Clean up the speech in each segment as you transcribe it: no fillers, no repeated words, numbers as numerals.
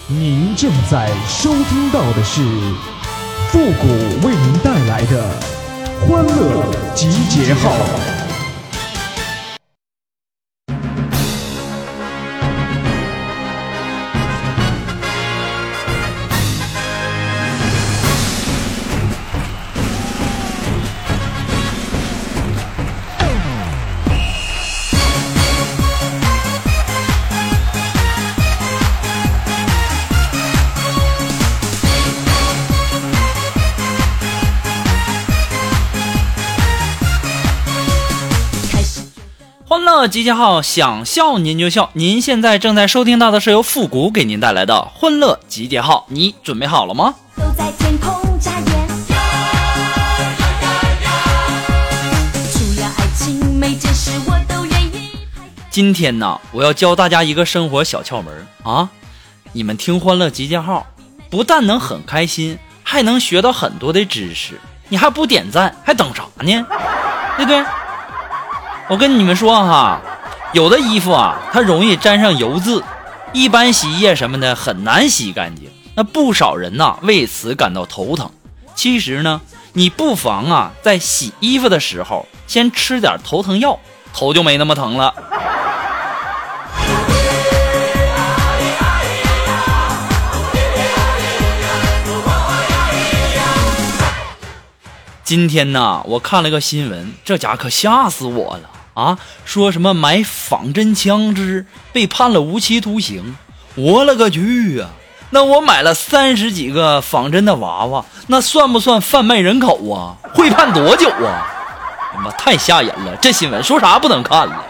您正在收听到的是复古为您带来的欢乐集结号。 欢乐集结号，想笑您就笑。您现在正在收听到的是由复古给您带来的欢乐集结号，你准备好了吗？ 都在天空眨眼，除了爱情每件事我都愿意。 今天呢，我要教大家一个生活小窍门啊！你们听欢乐集结号，不但能很开心，还能学到很多的知识。你还不点赞，还等啥呢？对不对？我跟你们说哈，有的衣服啊，它容易沾上油渍，一般洗衣液什么的很难洗干净。那不少人呐，为此感到头疼。其实呢，你不妨啊，在洗衣服的时候先吃点头疼药，头就没那么疼了。今天呢，我看了个新闻，这家可吓死我了啊！说什么买仿真枪支被判了无期徒刑，我了个去啊！那我买了30几个仿真的娃娃，那算不算贩卖人口啊？会判多久啊？他妈太吓人了！这新闻说啥不能看了。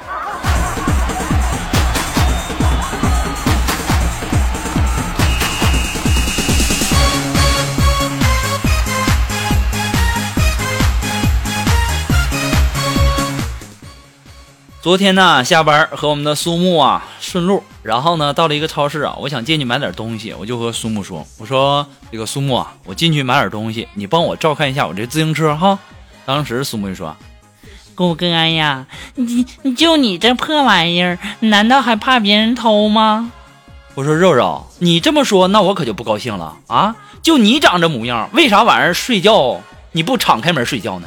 昨天呢，下班和我们的苏木啊顺路，然后呢到了一个超市啊，我想进去买点东西，我就和苏木说，我说这个苏木啊，我进去买点东西，你帮我照看一下我这自行车哈。当时苏木就说， 顾哥呀，就你这破玩意儿，难道还怕别人偷吗？ 我说肉肉，你这么说那我可就不高兴了啊！就你长这模样，为啥晚上睡觉你不敞开门睡觉呢？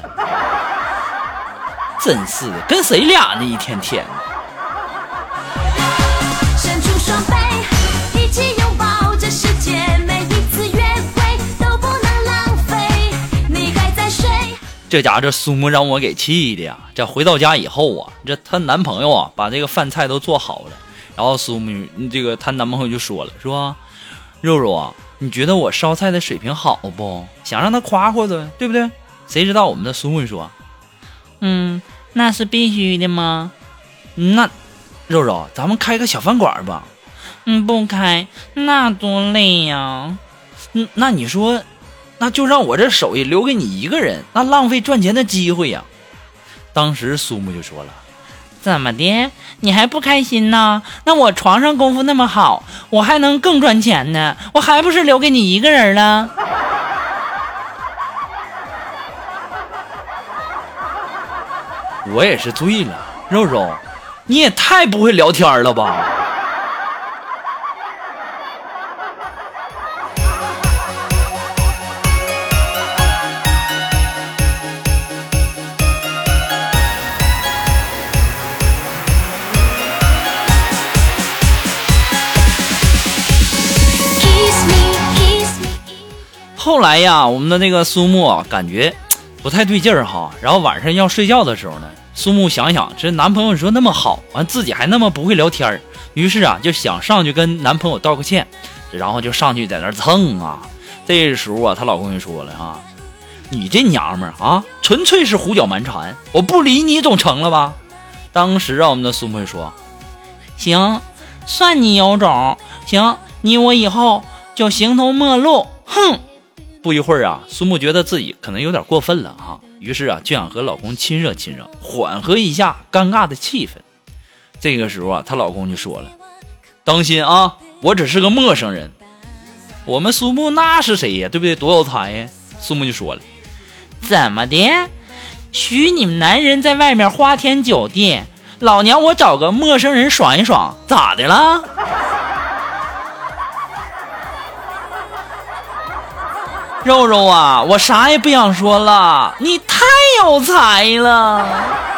真是的，跟谁俩呢？一天天的。 伸出双臂，一起拥抱这世界，每一次约会都不能浪费。你还在睡？ 这家这苏木让我给气的呀！这回到家以后啊，这她男朋友啊把这个饭菜都做好了，然后苏木这个她男朋友就说了，说肉肉啊，你觉得我烧菜的水平好不？想让他夸夸的，对不对？谁知道我们的苏木说， 那是必须的吗？ 那肉肉，咱们开个小饭馆吧。 不开，那多累呀。 那你说，那就让我这手艺留给你一个人，那浪费赚钱的机会呀。当时苏木就说了， 怎么的？你还不开心呢？那我床上功夫那么好，我还能更赚钱呢，我还不是留给你一个人了？ 我也是醉了，肉肉，你也太不会聊天了吧。后来呀，我们的那个苏木啊，感觉不太对劲儿哈，然后晚上要睡觉的时候呢，苏木想想这男朋友说那么好，完自己还那么不会聊天，于是啊就想上去跟男朋友道个歉，然后就上去在那蹭啊。这时候啊，她老公就说了啊，你这娘们儿啊，纯粹是胡搅蛮缠，我不理你总成了吧？当时啊，我们的苏木就说， 行，算你有种，行，你我以后就形同陌路，哼。 不一会儿啊，苏木觉得自己可能有点过分了哈，于是啊就想和老公亲热亲热，缓和一下尴尬的气氛。这个时候啊，她老公就说了，当心啊，我只是个陌生人。我们苏木那是谁呀，对不对？多有才呀。苏木就说了， 怎么的？许你们男人在外面花天酒地，老娘我找个陌生人爽一爽，咋的了？ 肉肉啊，我啥也不想说了，你太有才了。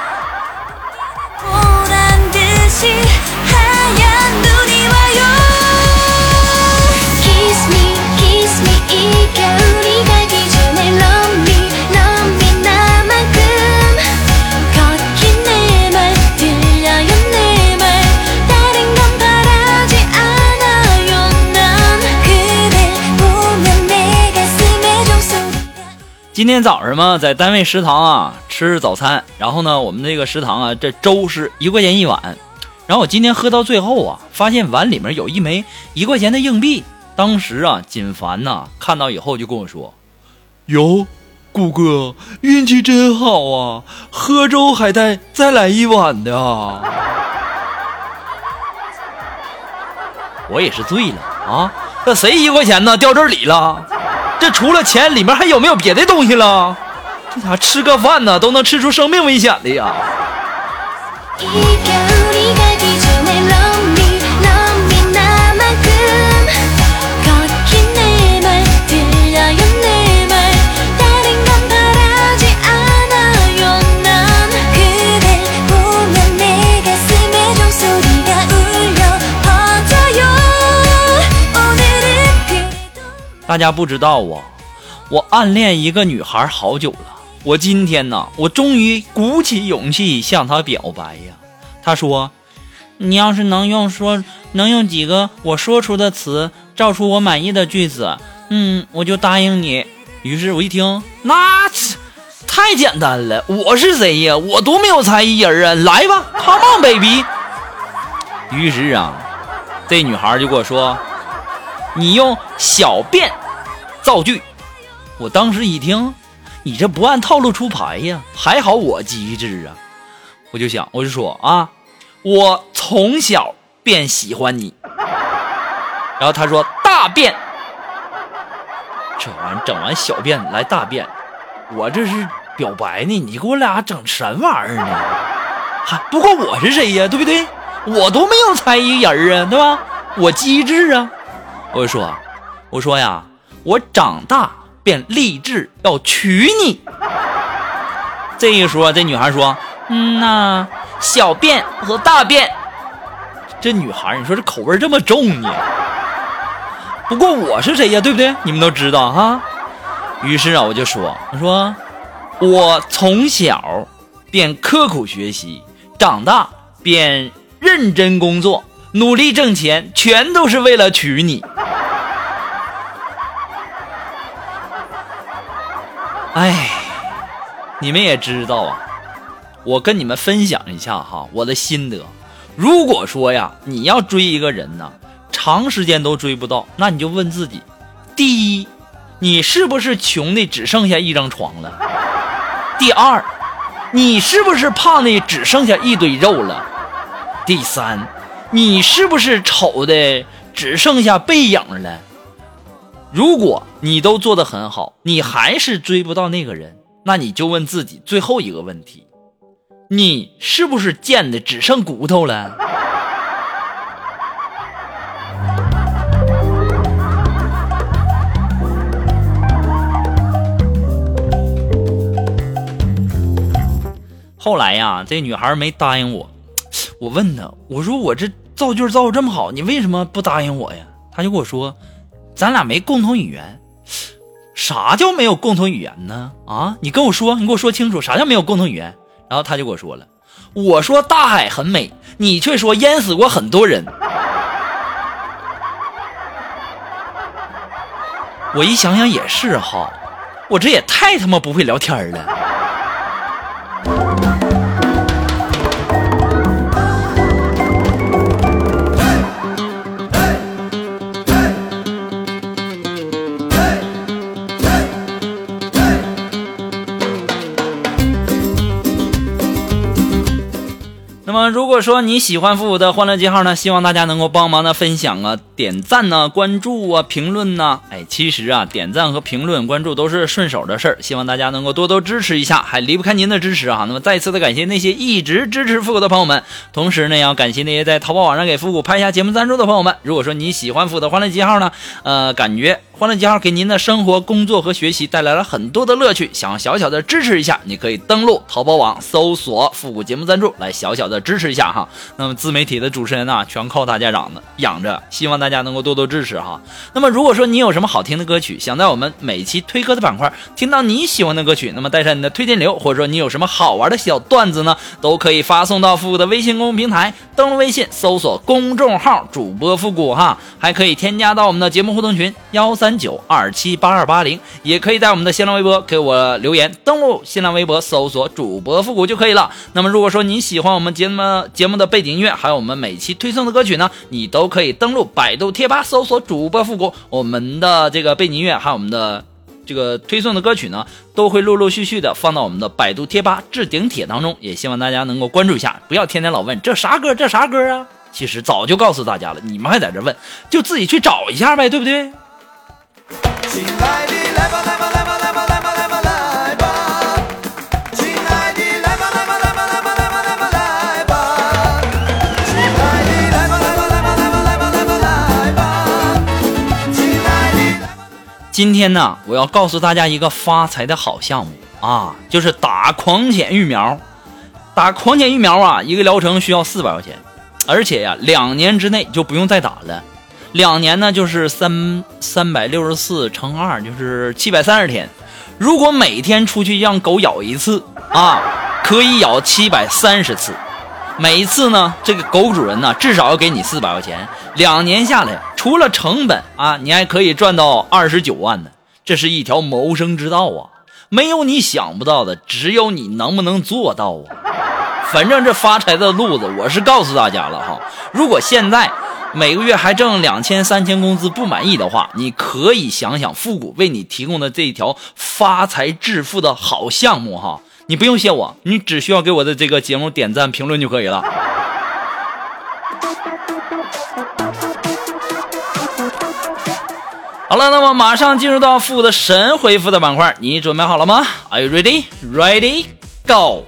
今天早上嘛，在单位食堂啊吃早餐，然后呢，我们这个食堂啊，这粥是1块钱1碗，然后我今天喝到最后啊，发现碗里面有一枚1块钱的硬币。当时啊，锦凡呐看到以后就跟我说：“哟，顾哥运气真好啊，喝粥还带再来1碗的啊。”我也是醉了啊，这谁1块钱呢掉这里了？这除了钱，里面还有没有别的东西了？这家吃个饭呢，都能吃出生命危险的呀！大家不知道啊，我暗恋一个女孩好久了。我今天呢，我终于鼓起勇气向她表白呀。她说：“ 你要是能用几个我说出的词造出我满意的句子，我就答应你。” 于是我一听，那太简单了，我是谁呀？我多没有才艺人啊！来吧 ，Come on baby。于是啊，这女孩就跟我说：“你用小便造句。”我当时一听，你这不按套路出牌呀，还好我机智啊。我就说啊，我从小便喜欢你。然后他说大便，这玩意儿整完小便来大便，我这是表白呢，你给我俩整什么玩意儿呢？不过我是谁呀，对不对？我都没有才艺人啊，对吧？我机智啊。我说呀，我长大便立志要娶你。这一说，这女孩说：“那小便和大便。”这女孩，你说这口味这么重呢？不过我是谁呀，对不对？你们都知道哈。于是啊，我说我从小便刻苦学习，长大便认真工作，努力挣钱，全都是为了娶你。哎，你们也知道啊，我跟你们分享一下哈我的心得。如果说呀，你要追一个人呢，长时间都追不到，那你就问自己：第一，你是不是穷的只剩下一张床了？第二，你是不是胖的只剩下一堆肉了？第三，你是不是丑的只剩下背影了？如果你都做得很好，你还是追不到那个人，那你就问自己最后一个问题：你是不是贱的只剩骨头了？后来呀，这女孩没答应我，我问她，我说我这造句造这么好，你为什么不答应我呀？她就跟我说，咱俩没共同语言。啥叫没有共同语言呢？啊，你跟我说清楚，啥叫没有共同语言？然后她就跟我说了，我说大海很美，你却说淹死过很多人。我一想想也是哈，我这也太他妈不会聊天了。那么如果说你喜欢复古的欢乐记号呢，希望大家能够帮忙的分享啊、点赞呢、关注啊、评论呢。其实啊，点赞和评论、关注都是顺手的事儿，希望大家能够多多支持一下，还离不开您的支持啊。那么再次的感谢那些一直支持复古的朋友们，同时呢，也要感谢那些在淘宝网上给复古拍下节目赞助的朋友们。如果说你喜欢复古的欢乐记号呢，感觉欢乐集号给您的生活、工作和学习带来了很多的乐趣，想小小的支持一下，你可以登录淘宝网搜索复古节目赞助来小小的支持一下哈。那么自媒体的主持人全靠大家养着，希望大家能够多多支持哈。那么如果说你有什么好听的歌曲，想在我们每期推歌的板块听到你喜欢的歌曲，那么带上你的推荐流，或者说你有什么好玩的小段子呢，都可以发送到复古的微信公众平台，登录微信搜索公众号主播复古哈，还可以添加到我们的节目互动群139278280，也可以在我们的新浪微博给我留言，登录新浪微博搜索主播复古就可以了。那么如果说你喜欢我们节目的背景音乐，还有我们每期推送的歌曲呢，你都可以登录百度贴吧搜索主播复古，我们的这个背景音乐还有我们的这个推送的歌曲呢，都会陆陆续续的放到我们的百度贴吧置顶帖当中，也希望大家能够关注一下，不要天天老问这啥歌啊，其实早就告诉大家了，你们还在这问，就自己去找一下呗，对不对？ 亲爱的，来吧来吧来吧来吧来吧来吧来吧，亲爱的，来吧来吧来吧来吧来吧来吧来吧，亲爱的，来吧来吧来吧来吧来吧来吧来吧，亲爱的。 今天呢，我要告诉大家一个发财的好项目啊，就是打狂犬疫苗。打狂犬疫苗一个疗程需要400块钱，而且2年之内就不用再打了。2年呢就是364乘2，就是730天。如果每天出去让狗咬一次可以咬730次。每一次呢，这个狗主人呢至少要给你400块钱。2年下来，除了成本你还可以赚到29万呢。这是一条谋生之道没有你想不到的，只有你能不能做到反正这发财的路子我是告诉大家了哈。如果现在每个月还挣2000、3000工资不满意的话，你可以想想复古为你提供的这一条发财致富的好项目哈。你不用谢我，你只需要给我的这个节目点赞评论就可以了。好了，那么马上进入到复古的神回复的板块，你准备好了吗？ Are you ready? Ready? Go!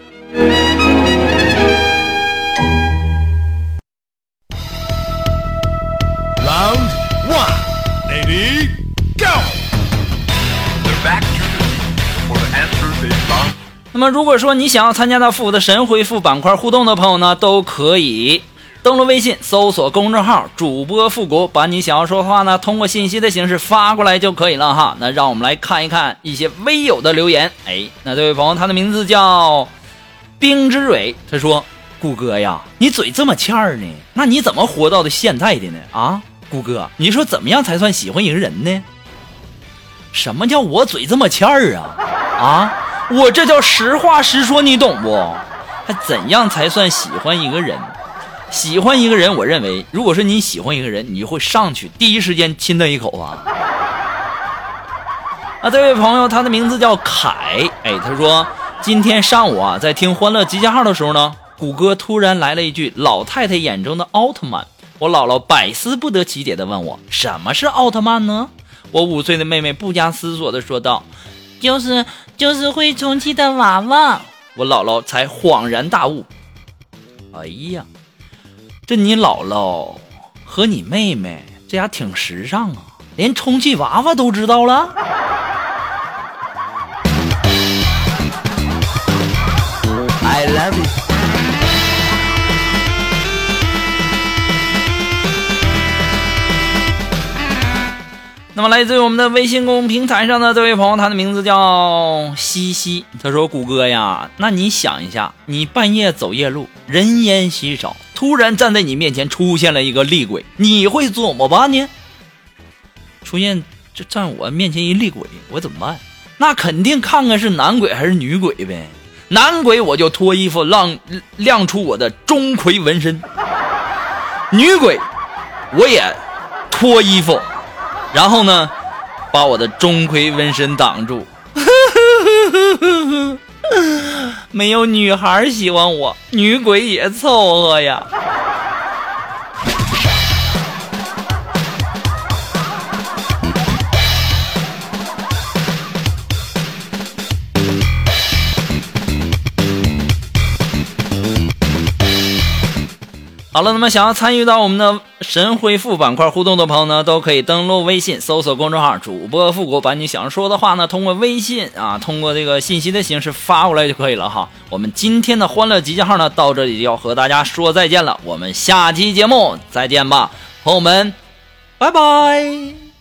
Round 1 Ready Go! The back to the for the answer is long. 那么如果说你想要参加到复古的神回复板块互动的朋友呢，都可以登录微信搜索公众号主播复古，把你想要说的话呢通过信息的形式发过来就可以了哈。那让我们来看一看一些微友的留言。那这位朋友他的名字叫冰之蕊，他说顾哥呀，你嘴这么欠儿呢，那你怎么活到的现在的呢？顾哥，你说怎么样才算喜欢一个人呢？什么叫我嘴这么欠儿我这叫实话实说，你懂不？还怎样才算喜欢一个人？喜欢一个人，我认为如果说你喜欢一个人，你就会上去第一时间亲他一口这位朋友他的名字叫凯，他说今天上午在听欢乐集结号的时候呢，谷歌突然来了一句老太太眼中的奥特曼，我姥姥百思不得其解的问我什么是奥特曼呢？我5岁的妹妹不假思索的说道， 就是会充气的娃娃。 我姥姥才恍然大悟，哎呀，这你姥姥和你妹妹这俩挺时尚连充气娃娃都知道了。I love it。那么来自于我们的微信公众平台上的这位朋友，他的名字叫西西，他说谷歌呀，那你想一下，你半夜走夜路，人烟稀少，突然站在你面前出现了一个厉鬼，你会怎么办呢？出现就站我面前一厉鬼，我怎么办？那肯定看看是男鬼还是女鬼呗。男鬼我就脱衣服亮出我的钟馗纹身，女鬼我也脱衣服，然后呢把我的钟馗纹身挡住。没有女孩喜欢我，女鬼也凑合呀。 好了，那么想要参与到我们的神回复板块互动的朋友呢，都可以登录微信搜索公众号主播复古，把你想说的话呢通过微信通过这个信息的形式发过来就可以了哈。我们今天的欢乐集结号呢到这里就要和大家说再见了，我们下期节目再见吧，朋友们，拜拜。